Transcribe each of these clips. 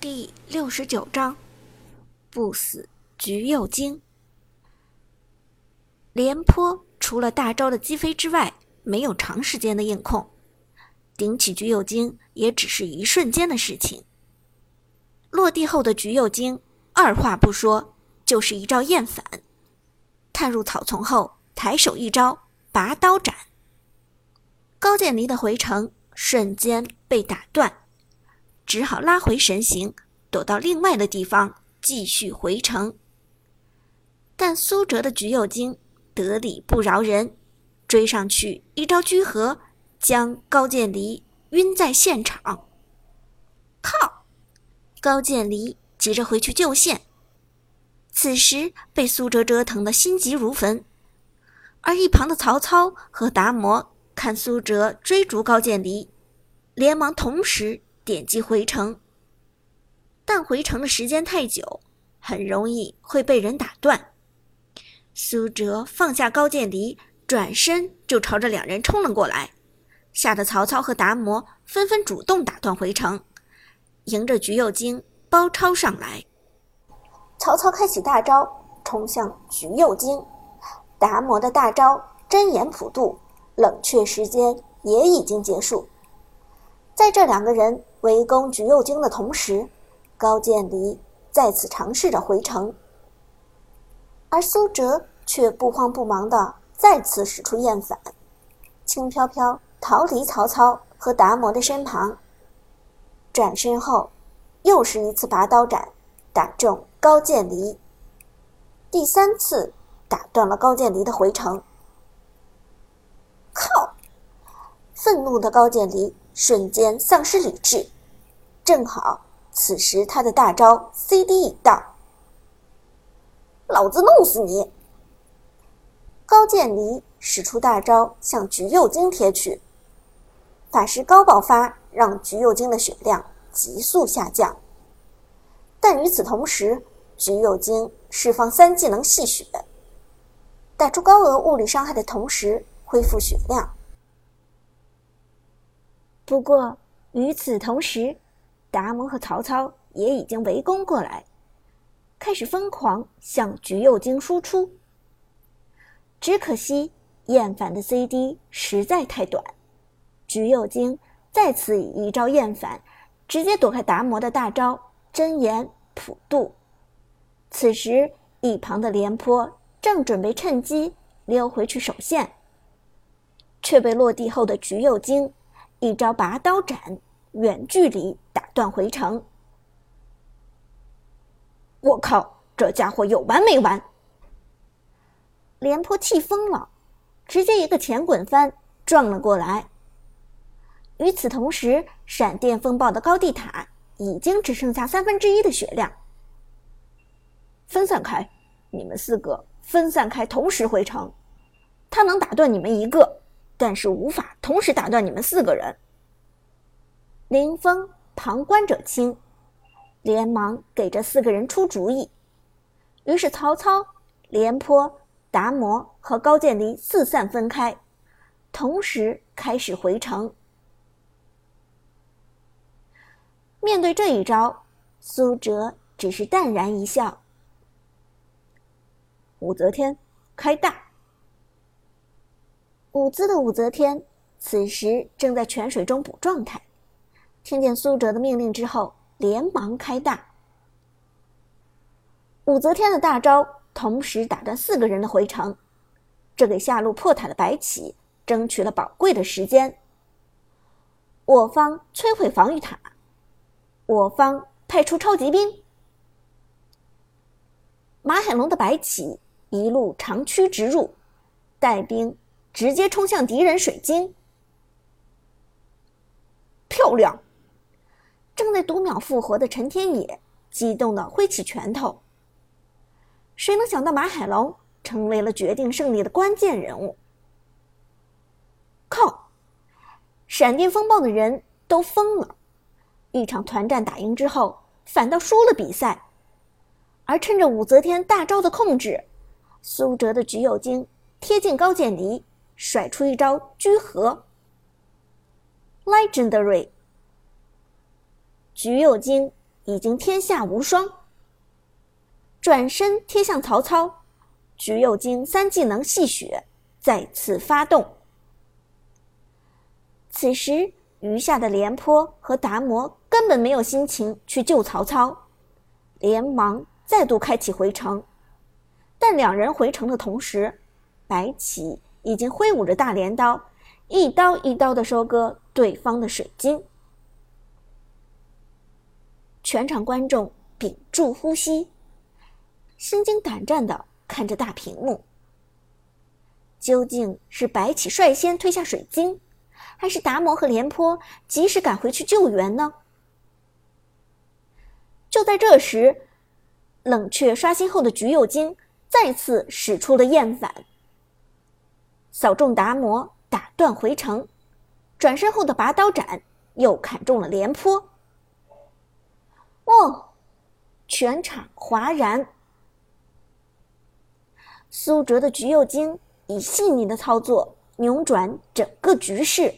第69章不死橘右京。廉颇除了大招的击飞之外，没有长时间的硬控，顶起橘右京也只是一瞬间的事情。落地后的橘右京二话不说就是一招厌反，探入草丛后抬手一招拔刀斩，高渐离的回城瞬间被打断，只好拉回神形，躲到另外的地方继续回城。但苏辙的橘右京得理不饶人，追上去一招居合，将高渐离晕在现场。靠！高渐离急着回去救线，此时被苏辙折腾得心急如焚，而一旁的曹操和达摩看苏辙追逐高渐离，连忙同时点击回城，但回城的时间太久，很容易会被人打断。苏辙放下高渐离，转身就朝着两人冲了过来，吓得曹操和达摩纷纷主动打断回城，迎着橘右京包抄上来。曹操开启大招冲向橘右京，达摩的大招真言普渡，冷却时间也已经结束。在这两个人围攻橘右京的同时，高渐离再次尝试着回城，而苏辙却不慌不忙地再次使出厌反，轻飘飘逃离曹操和达摩的身旁，转身后又是一次拔刀斩，打中高渐离，第三次打断了高渐离的回城。靠！愤怒的高渐离瞬间丧失理智，正好此时他的大招 CD 已到，老子弄死你！高渐离使出大招向橘右京贴去，法师高爆发让橘右京的血量急速下降，但与此同时，橘右京释放3技能吸血，打出高额物理伤害的同时恢复血量。不过与此同时，达摩和曹操也已经围攻过来，开始疯狂向橘右京输出。只可惜厌反的 CD 实在太短，橘右京再次以一招厌反直接躲开达摩的大招真言普渡。此时一旁的廉颇正准备趁机溜回去守线，却被落地后的橘右京一招拔刀斩远距离打断回城。我靠，这家伙有完没完！廉颇气疯了，直接一个前滚翻撞了过来。与此同时，闪电风暴的高地塔已经只剩下1/3的血量。分散开，你们4个分散开，同时回城。他能打断你们1个，但是无法同时打断你们4个人。林峰旁观者清，连忙给这4个人出主意。于是曹操、廉颇、达摩和高渐离四散分开，同时开始回城。面对这一招，苏辙只是淡然一笑。武则天开大。舞姿的武则天此时正在泉水中补状态，听见苏辙的命令之后连忙开大。武则天的大招同时打断4个人的回城，这给下路破塔的白起争取了宝贵的时间。我方摧毁防御塔，我方派出超级兵。马海龙的白起一路长驱直入，带兵直接冲向敌人水晶。漂亮！正在读秒复活的陈天野激动地挥起拳头。谁能想到马海龙成为了决定胜利的关键人物？靠！闪电风暴的人都疯了，一场团战打赢之后反倒输了比赛。而趁着武则天大招的控制，苏辙的橘右京贴近高渐离，甩出一招居合 Legendary。橘右京已经天下无双。转身贴向曹操，橘右京三技能戏谑再次发动。此时余下的廉颇和达摩根本没有心情去救曹操，连忙再度开启回城。但两人回城的同时，白起已经挥舞着大镰刀，一刀一刀地收割对方的水晶。全场观众屏住呼吸，心惊胆战地看着大屏幕。究竟是白起率先推下水晶，还是达摩和廉颇及时赶回去救援呢？就在这时，冷却刷新后的橘右京再次使出了厌反，扫中达摩，打断回城，转身后的拔刀斩又砍中了廉颇。哦，全场哗然。苏辙的橘右京以细腻的操作扭转整个局势。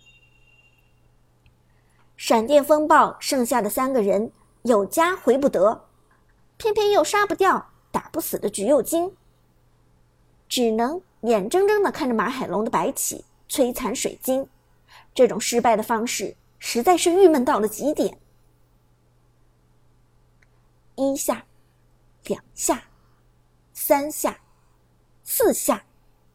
闪电风暴剩下的3个人有家回不得，偏偏又杀不掉打不死的橘右京，只能眼睁睁地看着马海龙的白起摧残水晶。这种失败的方式实在是郁闷到了极点。1下2下3下4下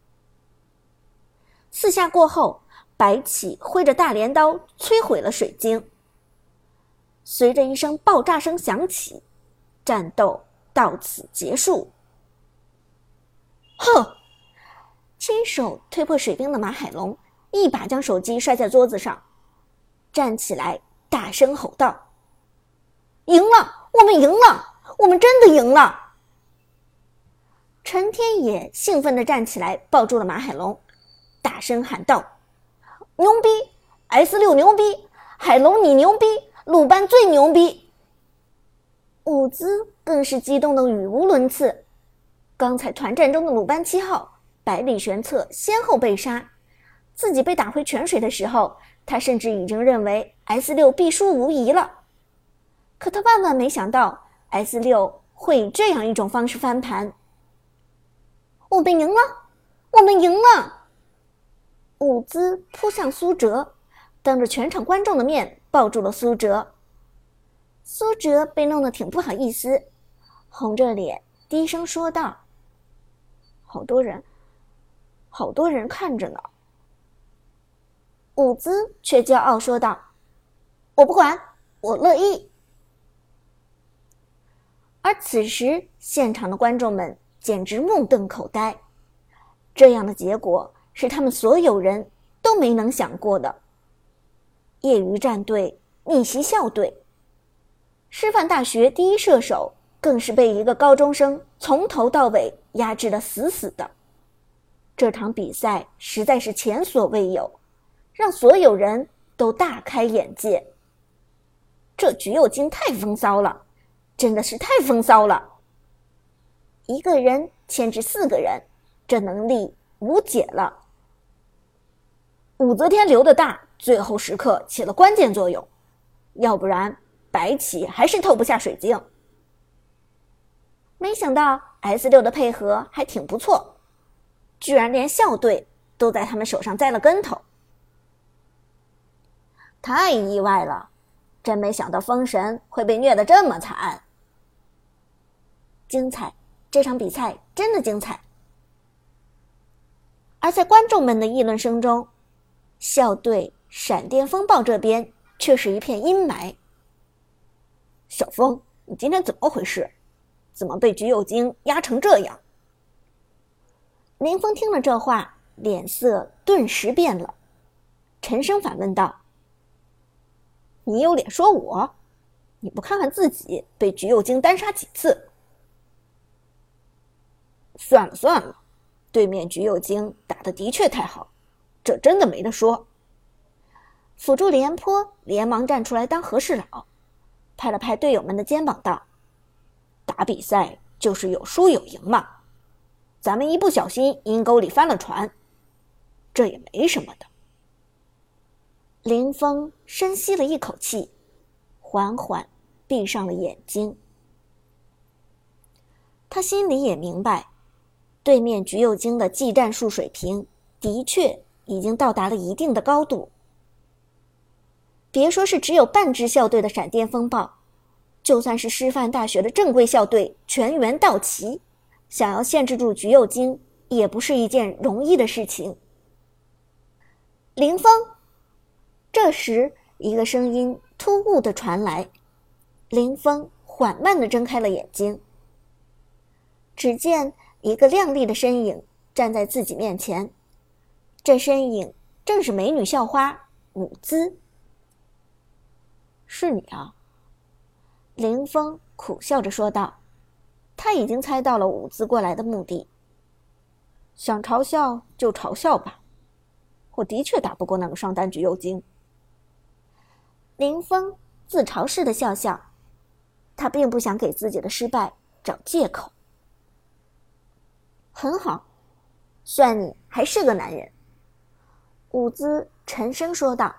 ，4下过后，白起挥着大镰刀摧毁了水晶。随着一声爆炸声响起，战斗到此结束。哼！亲手推破水冰的马海龙一把将手机摔在桌子上，站起来大声吼道：赢了！我们赢了！我们真的赢了！陈天野兴奋地站起来抱住了马海龙，大声喊道：牛逼 ！S6 牛逼！海龙你牛逼！鲁班最牛逼！伍兹更是激动得语无伦次。刚才团战中的鲁班7号、百里玄策先后被杀，自己被打回泉水的时候，他甚至已经认为 S6 必输无疑了。可他万万没想到 S6 会以这样一种方式翻盘。我们赢了！我们赢了！伍兹扑向苏辙，当着全场观众的面抱住了苏辙。苏辙被弄得挺不好意思，红着脸低声说道：好多人看着呢。伍兹却骄傲说道：我不管，我乐意。而此时现场的观众们简直目瞪口呆，这样的结果是他们所有人都没能想过的。业余战队逆袭校队，师范大学第一射手更是被一个高中生从头到尾压制得死死的。这场比赛实在是前所未有，让所有人都大开眼界。这橘右京太风骚了，真的是太风骚了！一个人牵制4个人，这能力无解了。武则天留的大，最后时刻起了关键作用，要不然白起还是偷不下水晶。没想到 S6 的配合还挺不错，居然连校队都在他们手上栽了跟头。太意外了，真没想到封神会被虐得这么惨。精彩，这场比赛真的精彩。而在观众们的议论声中，校队闪电风暴这边却是一片阴霾。小风，你今天怎么回事？怎么被橘右京压成这样？林峰听了这话，脸色顿时变了，沉声反问道：你有脸说我？你不看看自己被橘右京单杀几次？算了，对面橘右京打得的确太好，这真的没得说。辅助廉颇连忙站出来当和事佬，拍了拍队友们的肩膀道：打比赛就是有输有赢嘛，咱们一不小心阴沟里翻了船，这也没什么的。林峰深吸了一口气，缓缓闭上了眼睛。他心里也明白，对面橘右京的技战术水平的确已经到达了一定的高度。别说是只有半支校队的闪电风暴，就算是师范大学的正规校队全员到齐，想要限制住橘右京也不是一件容易的事情。林峰，这时一个声音突兀地传来，林峰缓慢地睁开了眼睛。只见一个亮丽的身影站在自己面前，这身影正是美女校花舞姿。 是你啊？ 林峰苦笑着说道，他已经猜到了舞姿过来的目的。 想嘲笑就嘲笑吧，我的确打不过那个双单橘右京。 林峰自嘲似的笑笑，他并不想给自己的失败找借口。很好，算你还是个男人。舞姿沉声说道，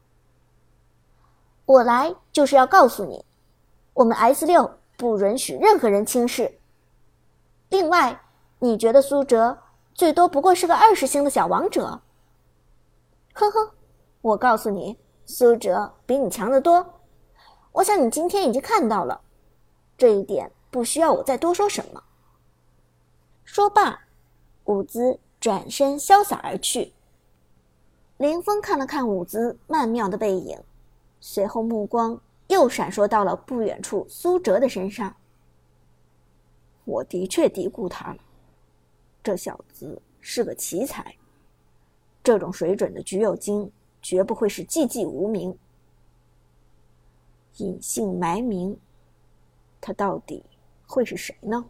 我来就是要告诉你，我们 S6 不允许任何人轻视。另外，你觉得苏哲最多不过是个20星的小王者？呵呵，我告诉你，苏哲比你强得多。我想你今天已经看到了，这一点不需要我再多说什么。说罢，舞姿转身潇洒而去。林峰看了看舞姿曼妙的背影，随后目光又闪烁到了不远处苏哲的身上。 我的确低估他了，这小子是个奇才，这种水准的橘右京绝不会是寂寂无名。隐姓埋名，他到底会是谁呢？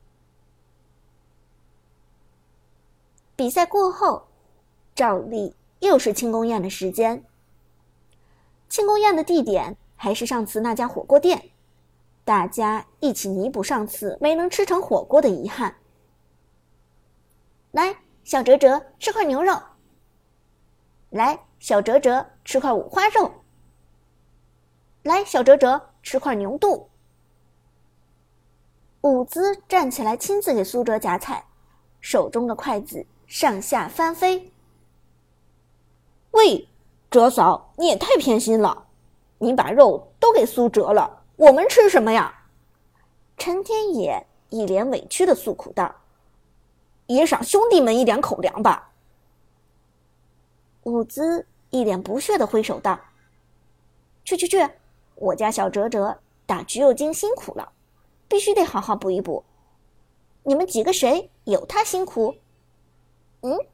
比赛过后，照例又是庆功宴的时间。庆功宴的地点还是上次那家火锅店，大家一起弥补上次没能吃成火锅的遗憾。来，小哲哲吃块牛肉。来，小哲哲吃块五花肉。来，小哲哲吃块牛肚。舞姿站起来亲自给苏哲夹菜，手中的筷子上下翻飞。 喂，哲嫂，你也太偏心了，你把肉都给苏哲了，我们吃什么呀？ 陈天野一脸委屈地诉苦道， 也赏兄弟们一点口粮吧。 舞姿一脸不屑地挥手道，去，我家小哲哲打橘右京辛苦了，必须得好好补一补。你们几个谁有他辛苦？